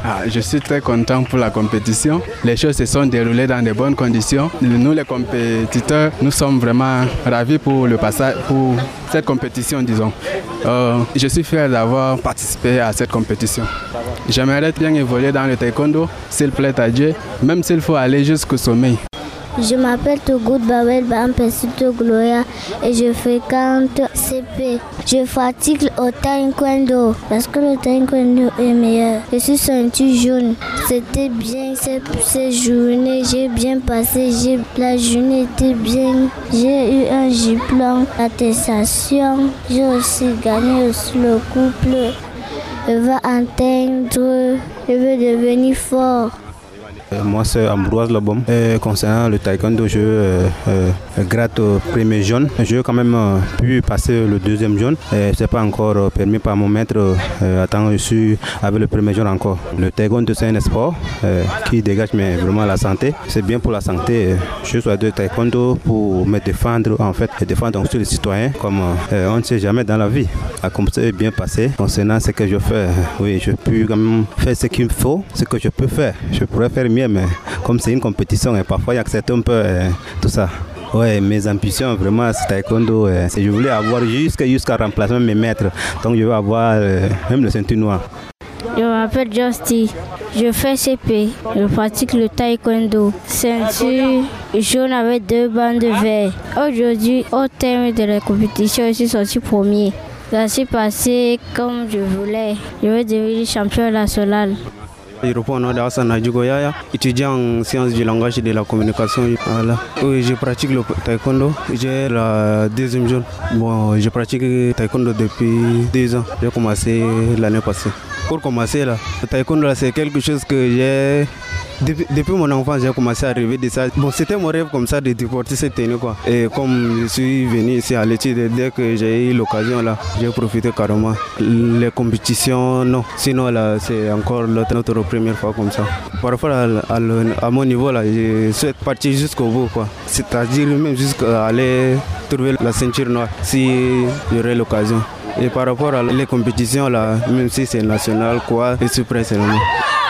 Ah, je suis très content pour la compétition. Les choses se sont déroulées dans de bonnes conditions. Nous, les compétiteurs, nous sommes vraiment ravis pour le passage, pour cette compétition, disons. Euh, je suis fier d'avoir participé à cette compétition. J'aimerais bien évoluer dans le taekwondo, s'il plaît à Dieu, même s'il faut aller jusqu'au sommet. Je m'appelle Togoud Babel Bampesito Gloria et je fréquente C P. Je pratique au taekwondo parce que le taekwondo est meilleur. Je suis ceinture jaune. C'était bien cette, cette journée, j'ai bien passé. J'ai, la journée était bien. J'ai eu un diplôme d'attestation. J'ai aussi gagné aussi le couple. Je veux atteindre, je veux devenir fort. Moi, c'est Ambroise Lobom. Et concernant le taekwondo, je euh, euh, gratte au premier jaune. J'ai quand même euh, pu passer le deuxième jaune. Ce n'est pas encore euh, permis par mon maître. Euh, attends, je suis avec le premier jaune encore. Le taekwondo, c'est un sport euh, qui dégage mais vraiment la santé. C'est bien pour la santé. Je suis de taekwondo pour me défendre, en fait, et défendre aussi les citoyens, comme euh, on ne sait jamais dans la vie. Comme ça est bien passé. Concernant ce que je fais, oui, je peux quand même faire ce qu'il me faut, ce que je peux faire. Je pourrais faire mieux, mais comme c'est une compétition, et parfois il accepte un peu euh, tout ça. Ouais, mes ambitions, vraiment, c'est taekwondo. Euh, je voulais avoir jusqu'à jusqu'à remplacer mes maîtres. Donc je veux avoir euh, même le ceinture noire. Je m'appelle Justy. Je fais C P. Je pratique le taekwondo. Ceinture jaune avec deux bandes vertes. Aujourd'hui, au terme de la compétition, je suis sorti premier. Ça s'est passé comme je voulais. Je veux devenir champion national. Je réponds au nom de Hassan Adjugoyaya, étudiant en sciences du langage et de la communication. Voilà. Oui, je pratique le taekwondo. J'ai la deuxième jaune. Bon, je pratique le taekwondo depuis deux ans. J'ai commencé l'année passée. Pour commencer, là, le taekwondo, là, c'est quelque chose que j'ai... Depuis, depuis mon enfance, j'ai commencé à rêver de ça. Bon, c'était mon rêve comme ça de porter cette tenue, quoi. Et comme je suis venu ici à l'étude, dès que j'ai eu l'occasion, là, j'ai profité carrément. Les compétitions, non. Sinon, là, c'est encore notre, notre première fois comme ça. Par rapport à, à, à mon niveau, là, je souhaite partir jusqu'au bout, quoi. C'est-à-dire même jusqu'à aller trouver la ceinture noire, si j'aurai l'occasion. Et par rapport à les compétitions, là, même si c'est national, quoi, je suis prêt seulement.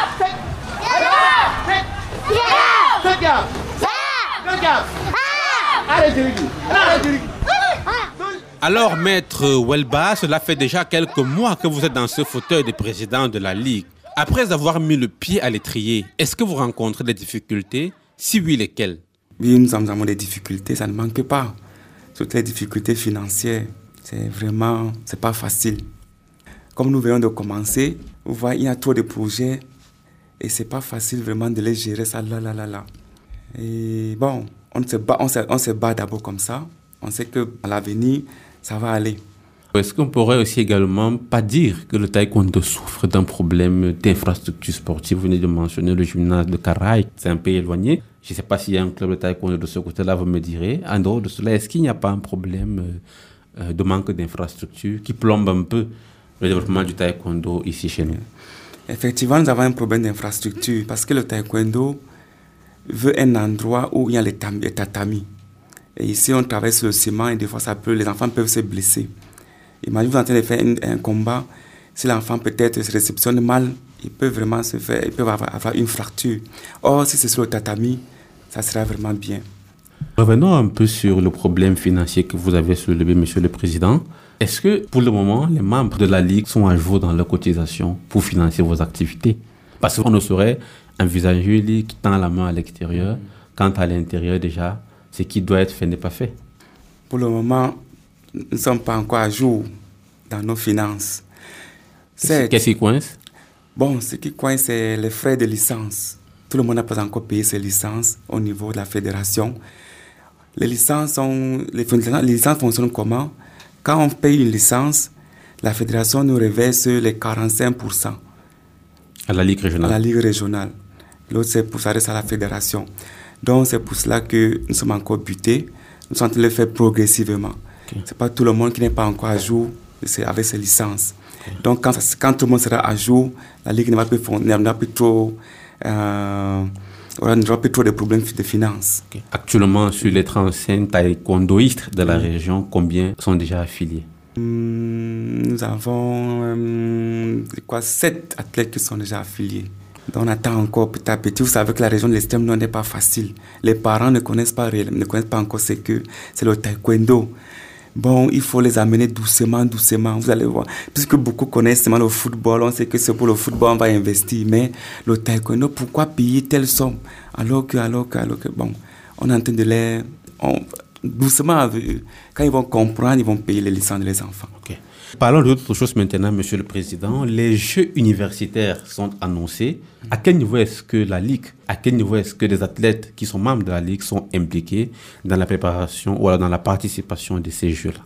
Alors, maître Welba, cela fait déjà quelques mois que vous êtes dans ce fauteuil de président de la Ligue. Après avoir mis le pied à l'étrier, est-ce que vous rencontrez des difficultés? Si oui, lesquelles? Oui, nous avons des difficultés, ça ne manque pas. Toutes les difficultés financières, c'est vraiment, c'est pas facile. Comme nous venons de commencer, vous voyez, il y a trop de projets et c'est pas facile vraiment de les gérer ça là, là, là, là. Et bon, on se bat, on se, on se bat d'abord comme ça. On sait qu'à l'avenir, ça va aller. Est-ce qu'on pourrait aussi également pas dire que le taekwondo souffre d'un problème d'infrastructure sportive? Vous venez de mentionner le gymnase de Caraï, c'est un peu éloigné. Je ne sais pas s'il y a un club de taekwondo de ce côté-là, vous me direz. En dehors de cela, est-ce qu'il n'y a pas un problème euh, de manque d'infrastructure qui plombe un peu le développement du taekwondo ici chez nous? Effectivement, nous avons un problème d'infrastructure parce que le taekwondo veut un endroit où il y a les tatamis. Et ici, on travaille sur le ciment et des fois, ça peut, les enfants peuvent se blesser. Imaginez, vous êtes en train de faire un, un combat, si l'enfant peut-être se réceptionne mal, il peut vraiment se faire, il peut avoir, avoir une fracture. Or, si c'est sur le tatami, ça sera vraiment bien. Revenons un peu sur le problème financier que vous avez soulevé, Monsieur le Président. Est-ce que, pour le moment, les membres de la Ligue sont à jour dans leurs cotisations pour financer vos activités? Parce qu'on ne saurait envisager une Ligue qui tend la main à l'extérieur, quand à l'intérieur, déjà, ce qui doit être fait n'est pas fait. Pour le moment, nous ne sommes pas encore à jour dans nos finances. Qu'est-ce qui coince? Bon, ce qui coince, c'est les frais de licence. Tout le monde n'a pas encore payé ses licences au niveau de la fédération. Les licences, sont, les, les licences fonctionnent comment? Quand on paye une licence, la fédération nous reverse les quarante-cinq pour cent. À la Ligue régionale? À la Ligue régionale. L'autre, c'est pour ça reste à la fédération. Donc, c'est pour cela que nous sommes encore butés. Nous sommes en train de le faire progressivement. Okay. Ce n'est pas tout le monde qui n'est pas encore à jour avec ses licences. Okay. Donc, quand, ça, quand tout le monde sera à jour, la Ligue n'aura plus, plus trop... Euh, on n'aura plus trop de problèmes de finances. Okay. Actuellement, sur les trente-cinq taekwondoïstes de la région, combien sont déjà affiliés? hum, Nous avons euh, quoi, sept athlètes qui sont déjà affiliés. Donc on attend encore petit à petit. Vous savez que la région de l'extrême nord n'est pas facile. Les parents ne connaissent pas, ne connaissent pas encore ce que c'est le taekwondo. Bon, il faut les amener doucement, doucement. Vous allez voir. Puisque beaucoup connaissent seulement le football, on sait que c'est pour le football on va investir. Mais le taekwondo, pourquoi payer telle somme? Alors que, alors que, alors que, bon, on est en train de les... On, doucement avec eux. Quand ils vont comprendre, ils vont payer les licences des enfants. Okay. Parlons d'autre chose maintenant, Monsieur le Président. Les Jeux universitaires sont annoncés. À quel niveau est-ce que la Ligue, à quel niveau est-ce que les athlètes qui sont membres de la Ligue sont impliqués dans la préparation ou alors dans la participation de ces Jeux-là?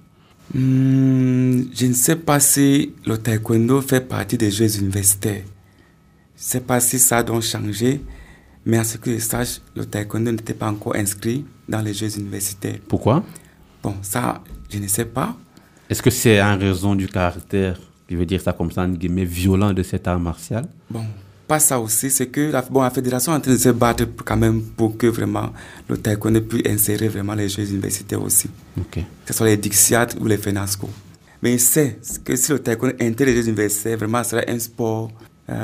Hum, je ne sais pas si le taekwondo fait partie des Jeux universitaires. Je ne sais pas si ça doit changer, mais à ce que je sache, le taekwondo n'était pas encore inscrit dans les Jeux universitaires. Pourquoi? Bon, ça, je ne sais pas. Est-ce que c'est en raison du caractère, je veux dire ça comme ça, en guillemets, violent de cet art martial? Bon, pas ça aussi, c'est que la, bon, la fédération est en train de se battre quand même pour que vraiment le taekwondo puisse insérer vraiment les Jeux universitaires aussi. Okay. Que ce soit les Dixiat ou les FENASCO. Mais il sait que si le taekwondo intègre les Jeux universitaires, vraiment, ce sera un sport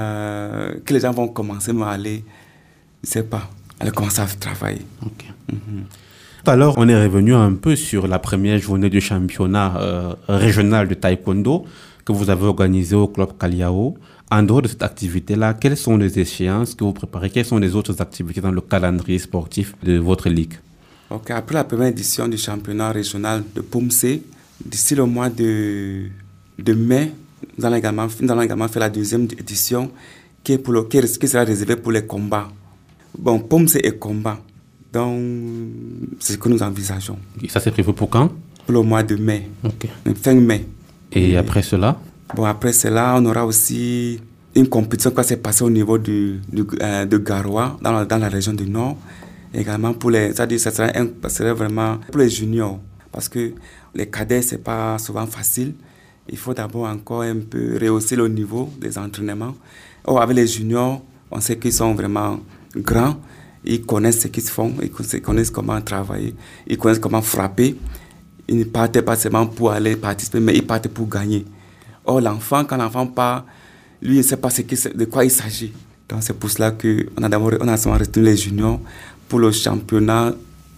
euh, que les gens vont commencer à aller, je ne sais pas, à commencer à travailler. Okay. Mm-hmm. Tout à l'heure, on est revenu un peu sur la première journée du championnat euh, régional de taekwondo que vous avez organisé au club Kaliao. En dehors de cette activité-là, quelles sont les échéances que vous préparez? Quelles sont les autres activités dans le calendrier sportif de votre ligue? Okay, après la première édition du championnat régional de Pomsé, d'ici le mois de, de mai, nous allons, également, nous allons également faire la deuxième édition qui, est pour le, qui, qui sera réservée pour les combats. Bon, Pomsé et combat. Donc, c'est ce que nous envisageons. Et ça, c'est prévu pour quand? Pour le mois de mai. Okay. Fin mai. Et, Et après cela? Bon, après cela, on aura aussi une compétition qui va se passer au niveau du, du, euh, de Garoua, dans la, dans la région du Nord. Également, pour les, c'est-à-dire, ça sera, un, ça sera vraiment pour les juniors. Parce que les cadets, ce n'est pas souvent facile. Il faut d'abord encore un peu rehausser le niveau des entraînements. Or, avec les juniors, on sait qu'ils sont vraiment grands. Ils connaissent ce qu'ils font, ils connaissent comment travailler, ils connaissent comment frapper. Ils ne partent pas seulement pour aller participer, mais ils partent pour gagner. Or, l'enfant, quand l'enfant part, lui, il ne sait pas ce qui, de quoi il s'agit. Donc, c'est pour cela qu'on a d'abord on a seulement retenu les juniors pour le championnat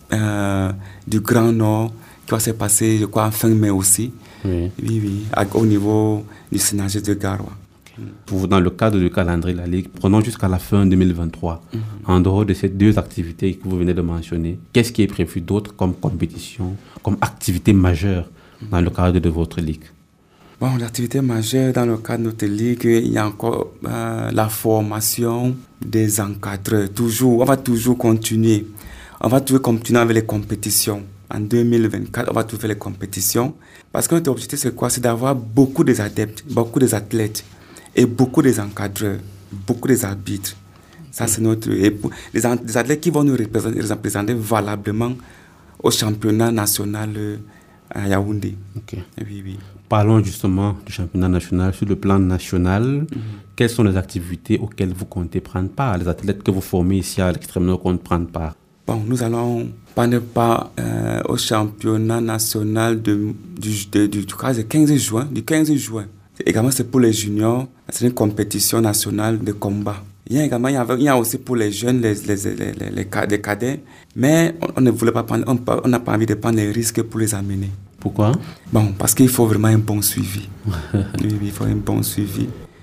euh, du Grand Nord qui va se passer, je crois, en fin mai aussi. Oui, oui, oui au niveau du Sénagé de Garoua. Pour, dans le cadre du calendrier de la Ligue, prenons jusqu'à la fin deux mille vingt-trois. Mm-hmm. En dehors de ces deux activités que vous venez de mentionner, qu'est-ce qui est prévu d'autre comme compétition, comme activité majeure mm-hmm. dans le cadre de votre Ligue? Bon, l'activité majeure dans le cadre de notre Ligue, il y a encore euh, la formation des encadreurs. Toujours, on va toujours continuer. On va toujours continuer avec les compétitions. En deux mille vingt-quatre, on va toujours faire les compétitions. Parce que notre objectif, c'est quoi? C'est d'avoir beaucoup d'adeptes, beaucoup d'athlètes. Et beaucoup des encadreurs, beaucoup des arbitres. Ça, c'est notre... Et les, les athlètes qui vont nous représenter, les représenter valablement au championnat national à Yaoundé. Okay. Oui, oui. Parlons justement du championnat national. Sur le plan national, mm-hmm. quelles sont les activités auxquelles vous comptez prendre part? Les athlètes que vous formez ici à l'Extrême Nord comptent prendre part? Bon, nous allons prendre part euh, au championnat national de, du, de, du, du quinze juin. Du quinze juin. Également, c'est pour les juniors, c'est une compétition nationale de combat. Il y a également, il y a, il y a aussi pour les jeunes, les, les, les, les, les, les cadets, mais on, on ne voulait pas prendre, on n'a pas envie de prendre les risques pour les amener. Pourquoi? Bon, parce qu'il faut vraiment un bon suivi. Oui, il faut un bon suivi.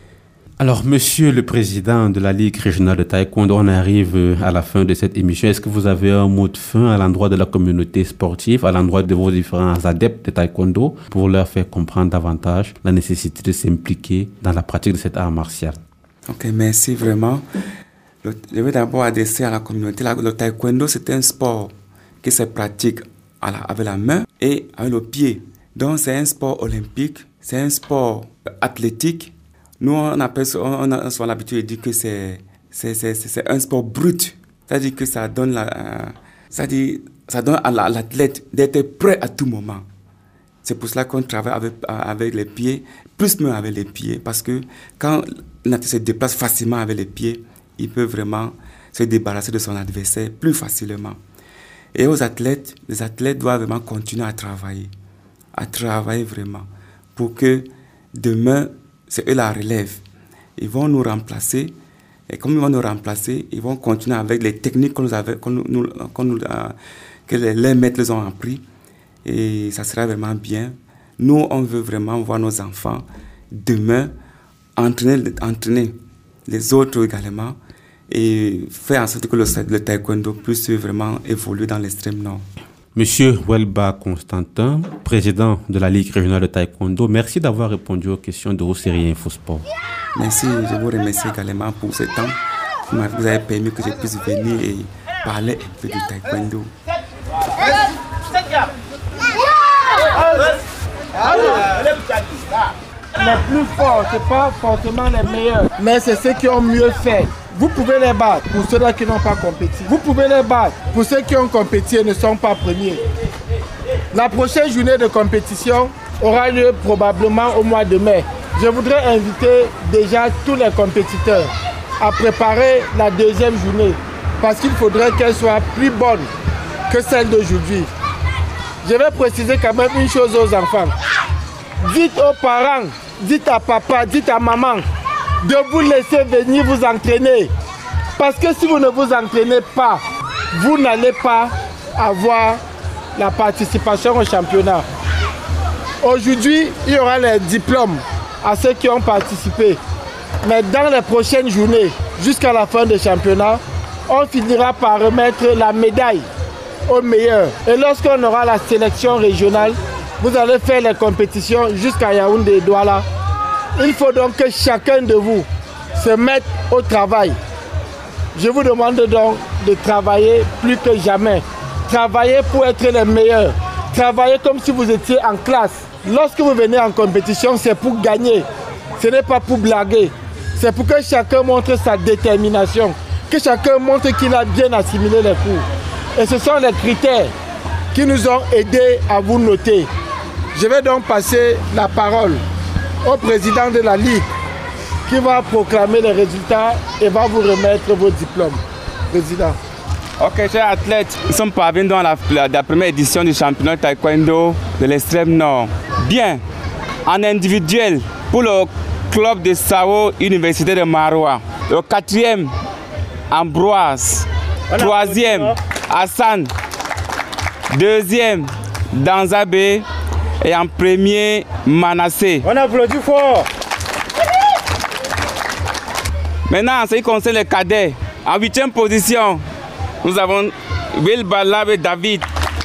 Alors, Monsieur le Président de la Ligue régionale de taekwondo, on arrive à la fin de cette émission. Est-ce que vous avez un mot de fin à l'endroit de la communauté sportive, à l'endroit de vos différents adeptes de taekwondo, pour leur faire comprendre davantage la nécessité de s'impliquer dans la pratique de cet art martial? Ok, merci vraiment. Le, je vais d'abord adresser à la communauté. La, le taekwondo, c'est un sport qui se pratique à la, avec la main et avec le pied. Donc, c'est un sport olympique, c'est un sport athlétique. Nous, on appelle ça, on a souvent l'habitude de dire que c'est, c'est, c'est, c'est un sport brut. C'est-à-dire que ça donne, la, euh, c'est-à-dire, ça donne à l'athlète d'être prêt à tout moment. C'est pour cela qu'on travaille avec, avec les pieds, plus même avec les pieds, parce que quand l'athlète se déplace facilement avec les pieds, il peut vraiment se débarrasser de son adversaire plus facilement. Et aux athlètes, les athlètes doivent vraiment continuer à travailler, à travailler vraiment, pour que demain, c'est eux la relève. Ils vont nous remplacer Et comme ils vont nous remplacer, ils vont continuer avec les techniques qu'on nous avait, qu'on nous, qu'on nous, euh, que les, les maîtres les ont appris. Et ça sera vraiment bien. Nous, on veut vraiment voir nos enfants demain entraîner, entraîner les autres également et faire en sorte que le, le taekwondo puisse vraiment évoluer dans l'extrême nord. Monsieur Welba Constantin, président de la Ligue régionale de taekwondo, merci d'avoir répondu aux questions de Série Infosport. Merci, je vous remercie également pour ce temps. Vous avez permis que je puisse venir et parler un peu du taekwondo. Les plus forts, ce n'est pas forcément les meilleurs, mais c'est ceux qui ont mieux fait. Vous pouvez les battre pour ceux-là qui n'ont pas compéti. Vous pouvez les battre pour ceux qui ont compéti et ne sont pas premiers. La prochaine journée de compétition aura lieu probablement au mois de mai. Je voudrais inviter déjà tous les compétiteurs à préparer la deuxième journée parce qu'il faudrait qu'elle soit plus bonne que celle d'aujourd'hui. Je vais préciser quand même une chose aux enfants. Dites aux parents, dites à papa, dites à maman de vous laisser venir vous entraîner. Parce que si vous ne vous entraînez pas, vous n'allez pas avoir la participation au championnat. Aujourd'hui, il y aura les diplômes à ceux qui ont participé. Mais dans les prochaines journées, jusqu'à la fin du championnat, on finira par remettre la médaille aux meilleurs. Et lorsqu'on aura la sélection régionale, vous allez faire les compétitions jusqu'à Yaoundé et Douala. Il faut donc que chacun de vous se mette au travail. Je vous demande donc de travailler plus que jamais. Travailler pour être les meilleurs. Travailler comme si vous étiez en classe. Lorsque vous venez en compétition, c'est pour gagner. Ce n'est pas pour blaguer. C'est pour que chacun montre sa détermination. Que chacun montre qu'il a bien assimilé les cours. Et ce sont les critères qui nous ont aidés à vous noter. Je vais donc passer la parole au président de la Ligue qui va proclamer les résultats et va vous remettre vos diplômes. Président. Ok, chers athlètes, nous sommes parvenus dans la, la, la première édition du championnat taekwondo de l'extrême nord. Bien, en individuel, pour le club de Sao, Université de Maroua. Le quatrième, Ambroise. Troisième, Hassan. Deuxième, Danzabé. Et en premier, Manassé. On applaudit fort. Maintenant, en ce qui concerne les cadets, en huitième position, nous avons Wilbalabe David.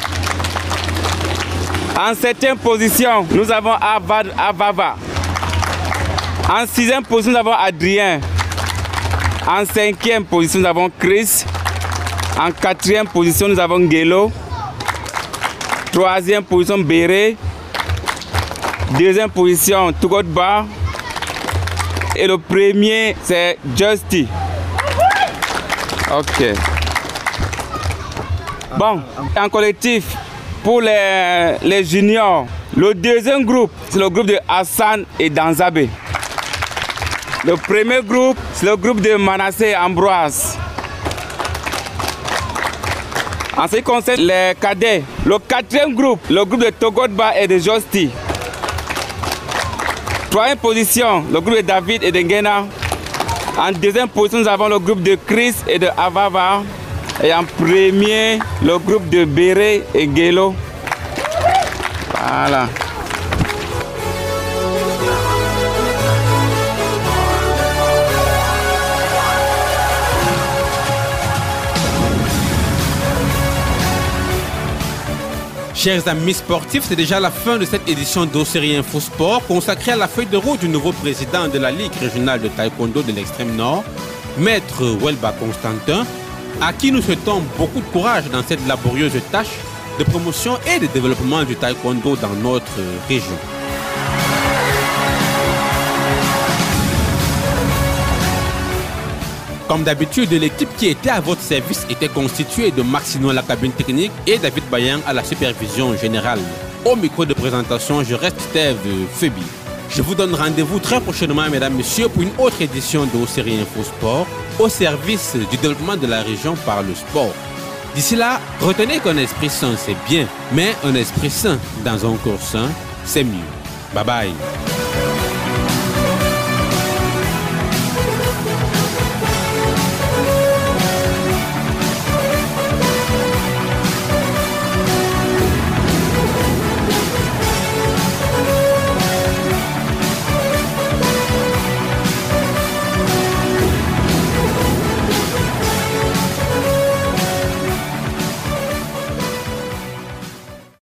En septième position, nous avons Avad Avava. En sixième position, nous avons Adrien. En cinquième position, nous avons Chris. En quatrième position, nous avons Ngelo. Troisième position, Béré. Deuxième position, Tugodba. Et le premier, c'est Justy. Ok. Bon, en collectif, pour les, les juniors, le deuxième groupe, c'est le groupe de Hassan et Danzabé. Le premier groupe, c'est le groupe de Manassé et Ambroise. En ce qui concerne les cadets, le quatrième groupe, le groupe de Togodba et de Josti. Troisième position, le groupe de David et de Ngena. En deuxième position, nous avons le groupe de Chris et de Avava. Et en premier, le groupe de Béré et Gelo. Voilà. Chers amis sportifs, c'est déjà la fin de cette édition d'Ossérie Info Sport consacrée à la feuille de route du nouveau président de la Ligue régionale de taekwondo de l'extrême nord, Maître Welba Constantin, à qui nous souhaitons beaucoup de courage dans cette laborieuse tâche de promotion et de développement du taekwondo dans notre région. Comme d'habitude, l'équipe qui était à votre service était constituée de Maxino à la cabine technique et David Bayan à la supervision générale. Au micro de présentation, je reste Steve Febi. Je vous donne rendez-vous très prochainement, mesdames, messieurs, pour une autre édition de Ossérie Info Sport au service du développement de la région par le sport. D'ici là, retenez qu'un esprit sain, c'est bien, mais un esprit sain dans un corps sain, c'est mieux. Bye bye.